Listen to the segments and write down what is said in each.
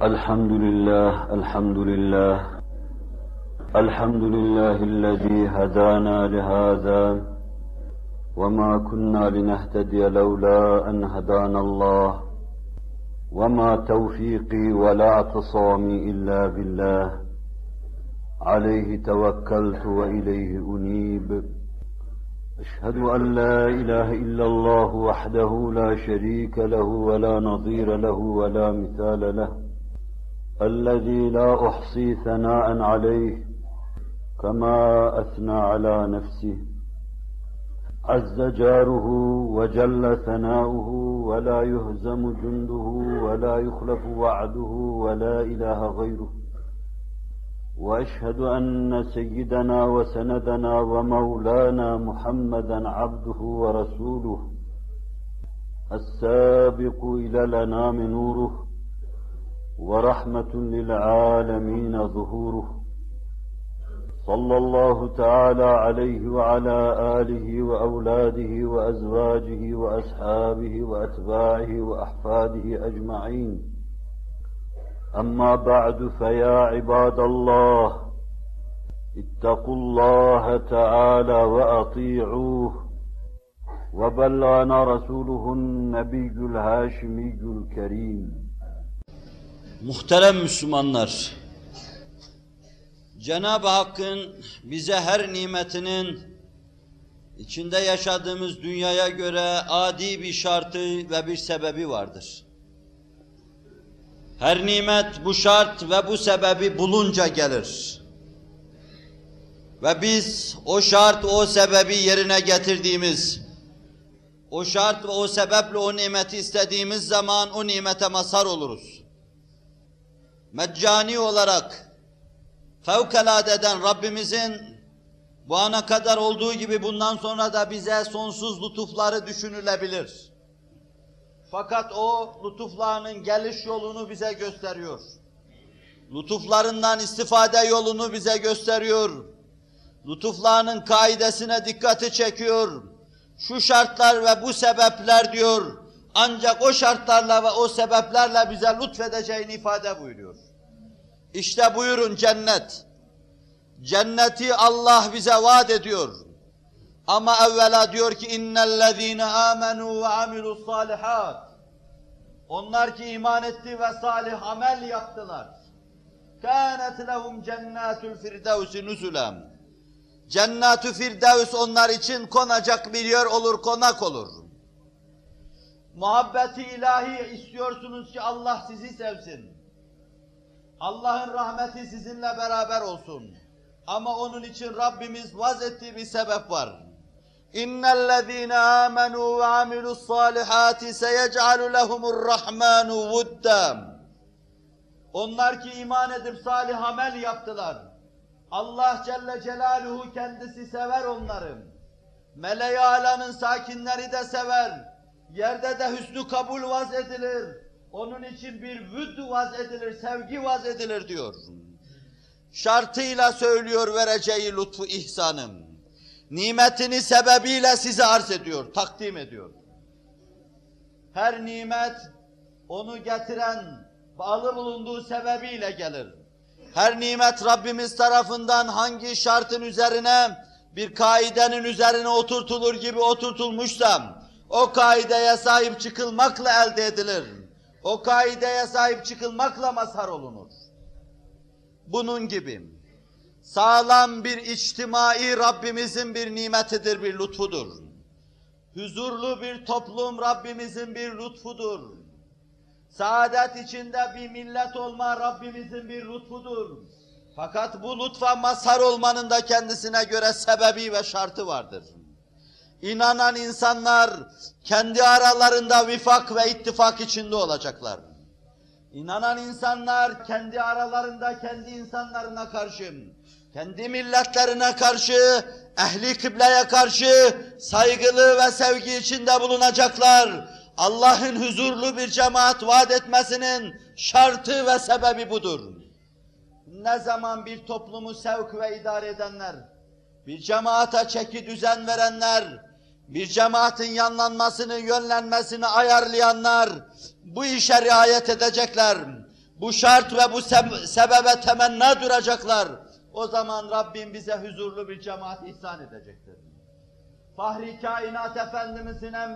الحمد لله الحمد لله الحمد لله الذي هدانا لهذا وما كنا لنهتدي لولا أن هدانا الله وما توفيقي ولا اعتصامي إلا بالله عليه توكلت وإليه أنيب أشهد أن لا إله إلا الله وحده لا شريك له ولا نظير له ولا مثال له الذي لا أحصي ثناء عليه كما أثنى على نفسه عز جاره وجل ثناؤه ولا يهزم جنده ولا يخلف وعده ولا إله غيره وأشهد أن سيدنا وسندنا ومولانا محمدا عبده ورسوله السابق إلى الأنام نوره ورحمة للعالمين ظهوره صلى الله تعالى عليه وعلى آله وأولاده وأزواجه وأصحابه وأتباعه وأحفاده أجمعين أما بعد فيا عباد الله اتقوا الله تعالى وأطيعوه وبلغنا رسوله النبي الهاشمي الكريم. Muhterem Müslümanlar, Cenab-ı Hakk'ın bize her nimetinin içinde yaşadığımız dünyaya göre adi bir şartı ve bir sebebi vardır. Her nimet bu şart ve bu sebebi bulunca gelir. Ve biz o şart, o sebebi yerine getirdiğimiz, o şart ve o sebeple o nimeti istediğimiz zaman o nimete mazhar oluruz. Meccani olarak fevkaladeden Rabbimizin bu ana kadar olduğu gibi bundan sonra da bize sonsuz lütufları düşünülebilir. Fakat o lütuflarının geliş yolunu bize gösteriyor. Lütuflarından istifade yolunu bize gösteriyor. Lütuflarının kaidesine dikkati çekiyor. Şu şartlar ve bu sebepler diyor, ancak o şartlarla ve o sebeplerle bize lütfedeceğini ifade buyuruyor. İşte buyurun cennet. Cenneti Allah bize vaat ediyor. Ama evvela diyor ki innellezîne âmenû ve amilussâlihât. Onlar ki iman etti ve salih amel yaptılar. Kânet lehum cennâtul firdevsi nüzulâm. Cennet-ü Firdevs onlar için konacak bir yer olur, konak olur. Muhabbeti ilahi istiyorsunuz ki Allah sizi sevsin. Allah'ın rahmeti sizinle beraber olsun. Ama onun için Rabbimiz vaz ettiği bir sebep var. İnnellezîne âmenû ve amilussâlihâti seyec'alu lehumurrahmânu vuddâm. Onlar ki iman edip salih amel yaptılar. Allah Celle Celaluhu kendisi sever onları. Mele-i âlanın sakinleri de sever. Yerde de hüsnü kabul vaz edilir. Onun için bir vüdd vaz edilir, sevgi vaz edilir diyor. Şartıyla söylüyor vereceği lütfu ihsanım. Nimetini sebebiyle size arz ediyor, takdim ediyor. Her nimet onu getiren, bağlı bulunduğu sebebiyle gelir. Her nimet Rabbimiz tarafından hangi şartın üzerine, bir kaidenin üzerine oturtulur gibi oturtulmuşsa, o kaideye sahip çıkılmakla elde edilir. O kaideye sahip çıkılmakla mazhar olunur. Bunun gibi sağlam bir içtimai Rabbimizin bir nimetidir, bir lütfudur. Huzurlu bir toplum Rabbimizin bir lütfudur. Saadet içinde bir millet olma Rabbimizin bir lütfudur. Fakat bu lütfa mazhar olmanın da kendisine göre sebebi ve şartı vardır. İnanan insanlar kendi aralarında vifak ve ittifak içinde olacaklar. İnanan insanlar kendi aralarında kendi insanlarına karşı, kendi milletlerine karşı, ehli kıbleye karşı saygılı ve sevgi içinde bulunacaklar. Allah'ın huzurlu bir cemaat vaat etmesinin şartı ve sebebi budur. Ne zaman bir toplumu sevk ve idare edenler, bir cemaate çeki düzen verenler, bir cemaatin yanlanmasını, yönlenmesini ayarlayanlar bu işe riayet edecekler. bu şart ve bu sebebe temenna duracaklar. O zaman Rabbim bize huzurlu bir cemaat ihsan edecektir. Fahri kainat Efendimizin en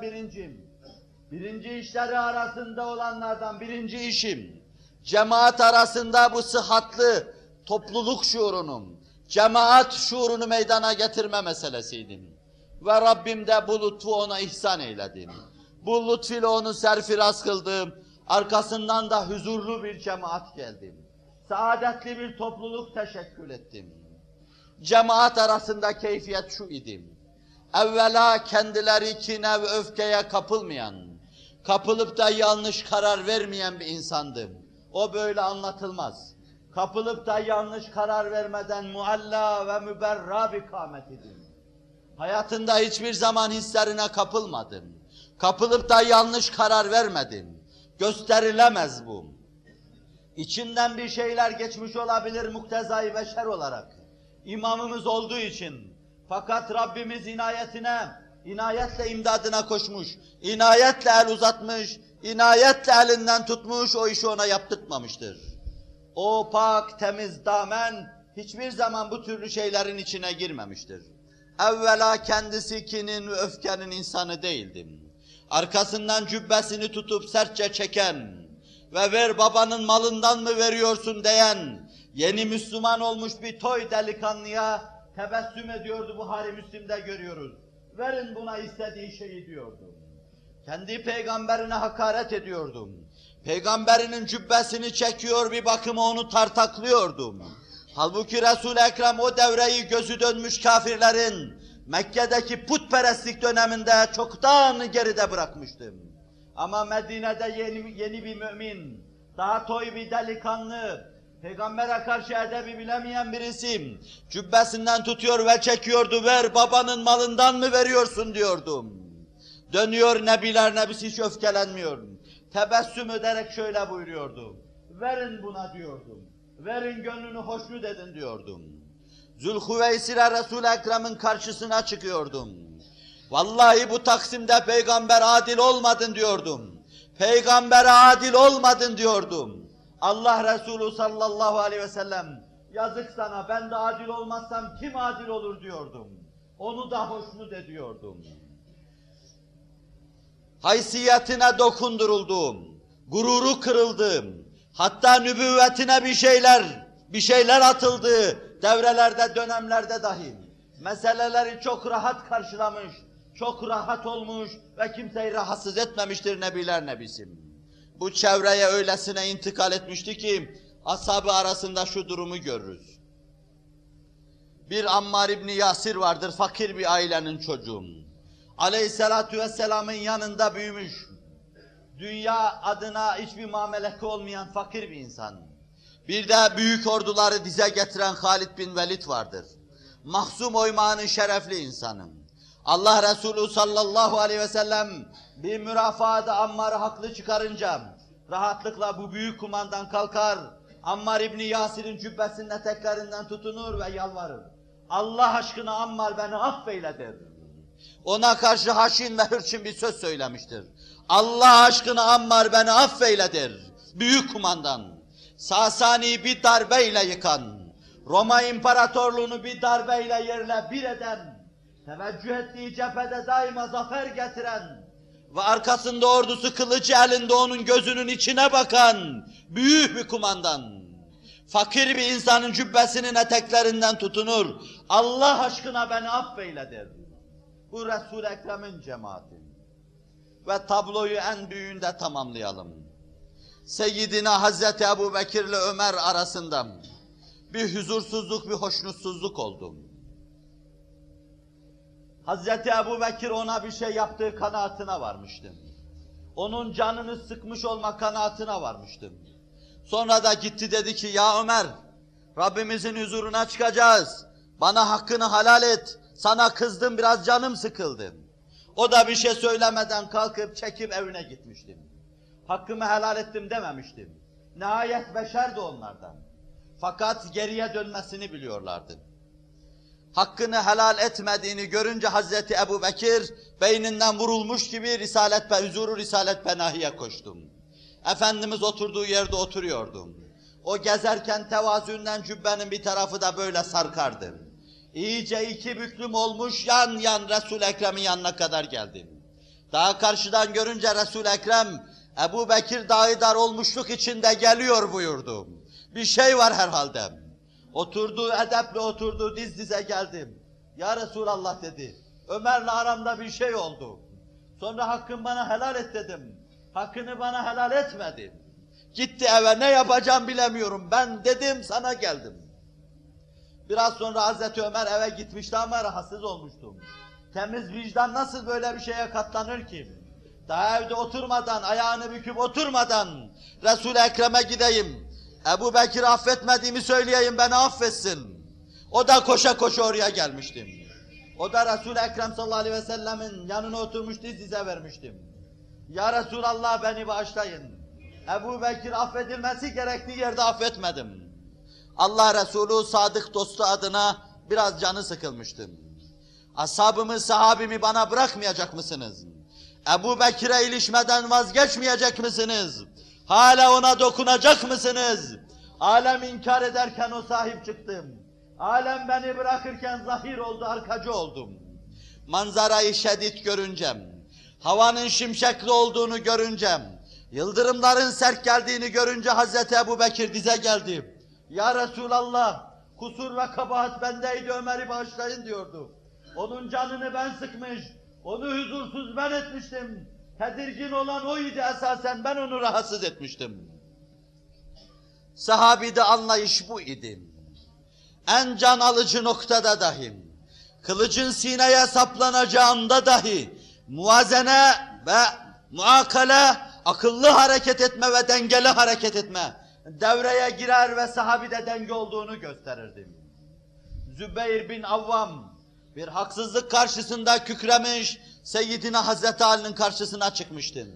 birinci işleri arasında olanlardan birinci işim, cemaat arasında bu sıhhatlı topluluk şuurunun, cemaat şuurunu meydana getirme meselesiydi. Ve Rabbim de bu lütfu ona ihsan eyledi. Bu lütfüyle onu serfiraz kıldım. Arkasından da huzurlu bir cemaat geldi. Saadetli bir topluluk teşekkül ettim. Cemaat arasında keyfiyet şu idi. Evvela kendileri kine ve öfkeye kapılmayan, kapılıp da yanlış karar vermeyen bir insandım. O böyle anlatılmaz. Kapılıp da yanlış karar vermeden mualla ve müberra bir kâmet idim. Hayatında hiçbir zaman hislerine kapılmadım. Kapılıp da yanlış karar vermedim. Gösterilemez bu. İçinden bir şeyler geçmiş olabilir muktezai beşer olarak. İmamımız olduğu için. Fakat Rabbimiz inayetle imdadına koşmuş, inayetle el uzatmış, inayetle elinden tutmuş, o işi ona yaptırtmamıştır. O pak, temiz damen hiçbir zaman bu türlü şeylerin içine girmemiştir. Evvela kendisi kinin ve öfkenin insanı değildim. Arkasından cübbesini tutup sertçe çeken ve ver babanın malından mı veriyorsun diyen yeni Müslüman olmuş bir toy delikanlıya tebessüm ediyordu, Buhari Müslim'de görüyoruz. Verin buna istediği şeyi diyordu. Kendi peygamberine hakaret ediyordum. Peygamberinin cübbesini çekiyor, bir bakıma onu tartaklıyordum. Halbuki Resul-i Ekrem o devreyi gözü dönmüş kafirlerin Mekke'deki putperestlik döneminde çoktan geride bırakmıştım. Ama Medine'de yeni bir mümin, daha toy bir delikanlı, Peygamber'e karşı edebi bilemeyen birisi cübbesinden tutuyor ve çekiyordu. Ver babanın malından mı veriyorsun diyordum. Dönüyor Nebiler Nebisi hiç öfkelenmiyor. Tebessüm ederek şöyle buyuruyordu. Verin buna diyordum. Verin gönlünü hoşnut edin diyordum. Zülhüveysir'e Resul-i Ekrem'in karşısına çıkıyordum. Vallahi bu taksimde peygamber adil olmadın diyordum. Peygambere adil olmadın diyordum. Allah Resulü sallallahu aleyhi ve sellem yazık sana, ben de adil olmazsam kim adil olur diyordum. Onu da hoşnut ediyordum. Haysiyetine dokunduruldum. Gururu kırıldı. Hatta nübüvvetine bir şeyler atıldı. Devrelerde, dönemlerde dahi. Meseleleri çok rahat karşılamış, çok rahat olmuş ve kimseyi rahatsız etmemiştir Nebiler Nebisi. Bu çevreye öylesine intikal etmişti ki ashab-ı arasında şu durumu görürüz. Bir Ammar İbni Yasir vardır, fakir bir ailenin çocuğu. Aleyhissalatu vesselamın yanında büyümüş. Dünya adına hiçbir muamelesi olmayan fakir bir insan. Bir de büyük orduları dize getiren Halid bin Velid vardır. Mahzum Oymağı'nın şerefli insanı. Allah Resulü sallallahu aleyhi ve sellem bir mürafaada Ammar'ı haklı çıkarınca rahatlıkla bu büyük kumandan kalkar, Ammar İbni Yasir'in cübbesinin eteklerinden tutunur ve yalvarır. Allah aşkına Ammar beni affeyledir. Ona karşı haşin ve hırçın bir söz söylemiştir. Allah aşkına Ammar beni affeyledir. Büyük kumandan, Sasani'yi bir darbeyle yıkan, Roma İmparatorluğunu bir darbeyle yerle bir eden, teveccüh ettiği cephede daima zafer getiren ve arkasında ordusu kılıcı elinde onun gözünün içine bakan büyük bir kumandan, fakir bir insanın cübbesinin eteklerinden tutunur, Allah aşkına beni affeyledir. Bu Resul-i Ekrem'in cemaati. Ve tabloyu en büyüğünde tamamlayalım. Seyyidina Hazreti Ebu Bekir ile Ömer arasında bir huzursuzluk, bir hoşnutsuzluk oldu. Hazreti Ebu Bekir ona bir şey yaptığı kanaatine varmıştı. Onun canını sıkmış olma kanaatine varmıştı. Sonra da gitti dedi ki, ya Ömer, Rabbimizin huzuruna çıkacağız. Bana hakkını halal et. Sana kızdım, biraz canım sıkıldı. O da bir şey söylemeden kalkıp çekip evine gitmiştim. Hakkımı helal ettim dememiştim. Nihayet beşerdi onlardan. Fakat geriye dönmesini biliyorlardı. Hakkını helal etmediğini görünce Hazreti Ebu Bekir beyninden vurulmuş gibi huzuru Risalet Benahi'ye koştum. Efendimiz oturduğu yerde oturuyordum. O gezerken tevazünden cübbenin bir tarafı da böyle sarkardı. İyice iki büklüm olmuş yan yan Resul-i Ekrem'in yanına kadar geldim. Daha karşıdan görünce Resul-i Ekrem, Ebu Bekir daidar olmuşluk içinde geliyor buyurdu. Bir şey var herhalde. Oturduğu edeple oturduğu diz dize geldim. Ya Resulallah dedi. Ömer'le aramda bir şey oldu. Sonra hakkını bana helal et dedim. Hakkını bana helal etmedi. Gitti eve, ne yapacağım bilemiyorum. Ben dedim sana geldim. Biraz sonra Hazreti Ömer eve gitmişti ama rahatsız olmuştum. Temiz vicdan nasıl böyle bir şeye katlanır ki? Daha evde oturmadan, ayağını büküp oturmadan Resul-i Ekrem'e gideyim. Ebu Bekir'i affetmediğimi söyleyeyim, beni affetsin. O da koşa koşa oraya gelmiştim. O da Resul-i Ekrem sallallahu aleyhi ve sellemin yanına oturmuş, diz dize vermiştim. Ya Resulallah beni bağışlayın. Ebu Bekir affedilmesi gerektiği yerde affetmedim. Allah Resulü sadık dostu adına biraz canı sıkılmıştım. Ashabımı, sahabimi bana bırakmayacak mısınız? Ebu Bekir'e ilişmeden vazgeçmeyecek misiniz? Hala ona dokunacak mısınız? Alem inkar ederken o sahip çıktım. Alem beni bırakırken zahir oldu, arkacı oldum. Manzarayı şiddet görünce, havanın şimşekli olduğunu görünce, yıldırımların sert geldiğini görünce Hazreti Ebu Bekir dize geldi. Ya Resulallah, kusur ve kabahat bendeydi, Ömer'i bağışlayın diyordu. Onun canını ben sıkmış, onu huzursuz ben etmiştim. Tedirgin olan oydu esasen, ben onu rahatsız etmiştim. Sahabide anlayış bu idi. En can alıcı noktada dahi, kılıcın sineye saplanacağında dahi, muvazene ve muakale, akıllı hareket etme ve dengeli hareket etme devreye girer ve sahabide denge olduğunu gösterirdim. Zübeyir bin Avvam bir haksızlık karşısında kükremiş, Seyyidina Hazreti Ali'nin karşısına çıkmıştı.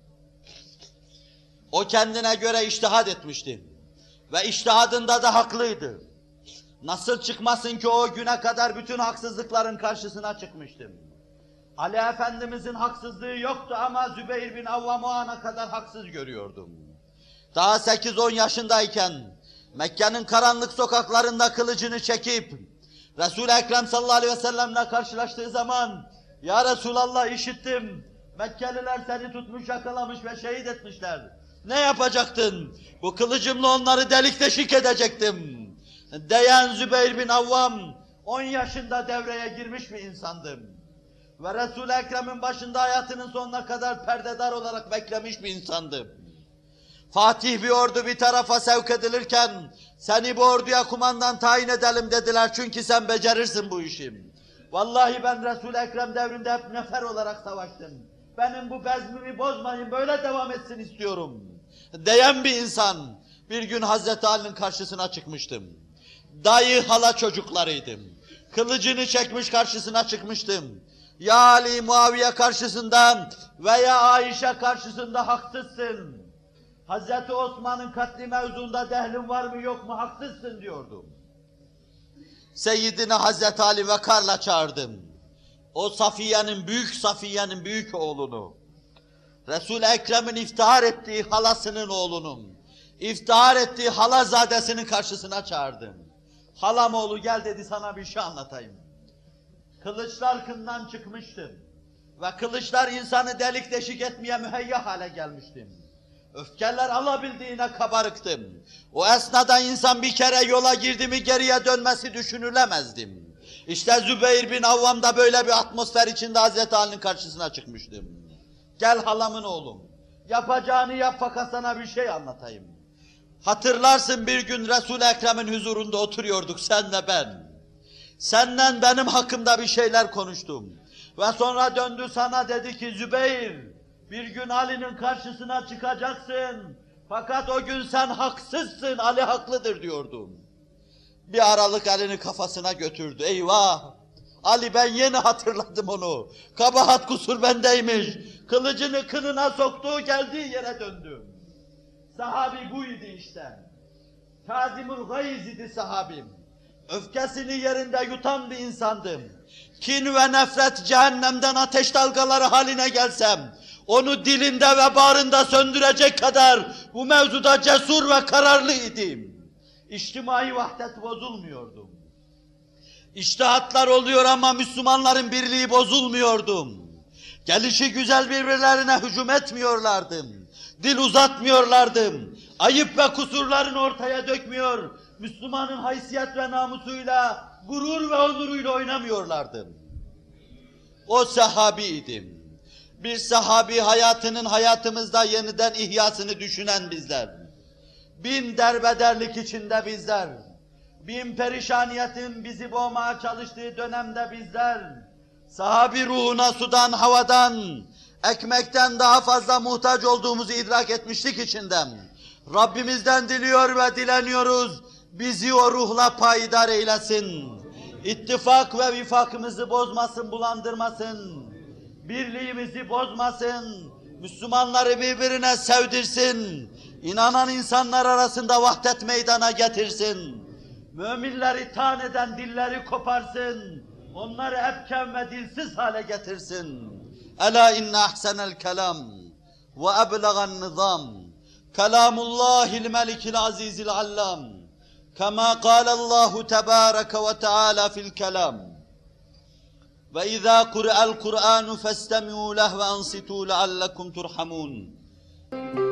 O kendine göre içtihad etmişti ve içtihadında da haklıydı. Nasıl çıkmasın ki o güne kadar bütün haksızlıkların karşısına çıkmıştım. Ali Efendimizin haksızlığı yoktu ama Zübeyir bin Avvam o ana kadar haksız görüyordum. Daha 8-10 yaşındayken Mekke'nin karanlık sokaklarında kılıcını çekip Resul-i Ekrem sallallahu aleyhi ve sellemle karşılaştığı zaman ya Resulallah işittim, Mekkeliler seni tutmuş, yakalamış ve şehit etmişler. Ne yapacaktın? Bu kılıcımla onları delik deşik edecektim. Diyen Zübeyir bin Avvam 10 yaşında devreye girmiş bir insandım. Ve Resul-i Ekrem'in başında hayatının sonuna kadar perdedar olarak beklemiş bir insandım. Fatih bir ordu bir tarafa sevk edilirken seni bu orduya kumandan tayin edelim dediler çünkü sen becerirsin bu işi. Vallahi ben Resul-i Ekrem devrinde hep nefer olarak savaştım. Benim bu bezmimi bozmayın, böyle devam etsin istiyorum. Diyen bir insan bir gün Hazreti Ali'nin karşısına çıkmıştım. Dayı hala çocuklarıydım. Kılıcını çekmiş karşısına çıkmıştım. Ya Ali Muaviye karşısında veya Ayşe karşısında haksızsın. Hazreti Osman'ın katli mevzuunda dehlin var mı yok mu haksızsın diyordum. Seyyidina Hazreti Ali vekarla çağırdım. O Safiye'nin büyük oğlunu, Resul-i Ekrem'in iftihar ettiği halasının oğlunun, iftihar ettiği halazadesinin karşısına çağırdım. Halam oğlu gel dedi sana bir şey anlatayım. Kılıçlar kından çıkmıştım ve kılıçlar insanı delik deşik etmeye müheyya hale gelmiştim. Öfkeler alabildiğine kabarıktım. O esnada insan bir kere yola girdi mi geriye dönmesi düşünülemezdim. İşte Zübeyir bin Avvam da böyle bir atmosfer içinde Hazreti Ali'nin karşısına çıkmıştım. Gel halamın oğlum, yapacağını yap fakat sana bir şey anlatayım. Hatırlarsın bir gün Resul-i Ekrem'in huzurunda oturuyorduk senle ben. Senden benim hakkımda bir şeyler konuştum. Ve sonra döndü sana dedi ki Zübeyir, bir gün Ali'nin karşısına çıkacaksın. Fakat o gün sen haksızsın, Ali haklıdır diyordum. Bir aralık Ali'nin kafasına götürdü. Eyvah! Ali ben yeni hatırladım onu. Kabahat kusur bendeymiş. Kılıcını kınına soktu, geldiği yere döndü. Sahabi buydu işte. Kazimul gayz idi sahabim. Öfkesini yerinde yutan bir insandım. Kin ve nefret cehennemden ateş dalgaları haline gelsem, onu dilinde ve bağrında söndürecek kadar bu mevzuda cesur ve kararlı idim. İçtimai vahdet bozulmuyordu. İçtihatlar oluyor ama Müslümanların birliği bozulmuyordu. Gelişi güzel birbirlerine hücum etmiyorlardı. Dil uzatmıyorlardı. Ayıp ve kusurlarını ortaya dökmüyor. Müslümanın haysiyet ve namusuyla, gurur ve onuruyla oynamıyorlardı. O sahabiydim. Bir sahabi hayatının hayatımızda yeniden ihyasını düşünen bizler. Bin derbederlik içinde bizler. Bin perişaniyetin bizi boğmaya çalıştığı dönemde bizler. Sahabi ruhuna sudan, havadan, ekmekten daha fazla muhtaç olduğumuzu idrak etmiştik içinden. Rabbimizden diliyor ve dileniyoruz, bizi o ruhla payidar eylesin. İttifak ve vifakımızı bozmasın, bulandırmasın. Birliğimizi bozmasın. Müslümanları birbirine sevdirsin. İnanan insanlar arasında vahdet meydana getirsin. Müminleri tan eden dilleri koparsın. Onları ebken ve dilsiz hale getirsin. Ela inne ahsenel kelam ve eblegan nizam. Kelamullahil melikil azizil allam. Kema kâlallahu tebâreke ve teâlâ fil kelam. Ve izâ kure'el Kur'ânu festemi'û leh ve ansitû leallekum turhamûn.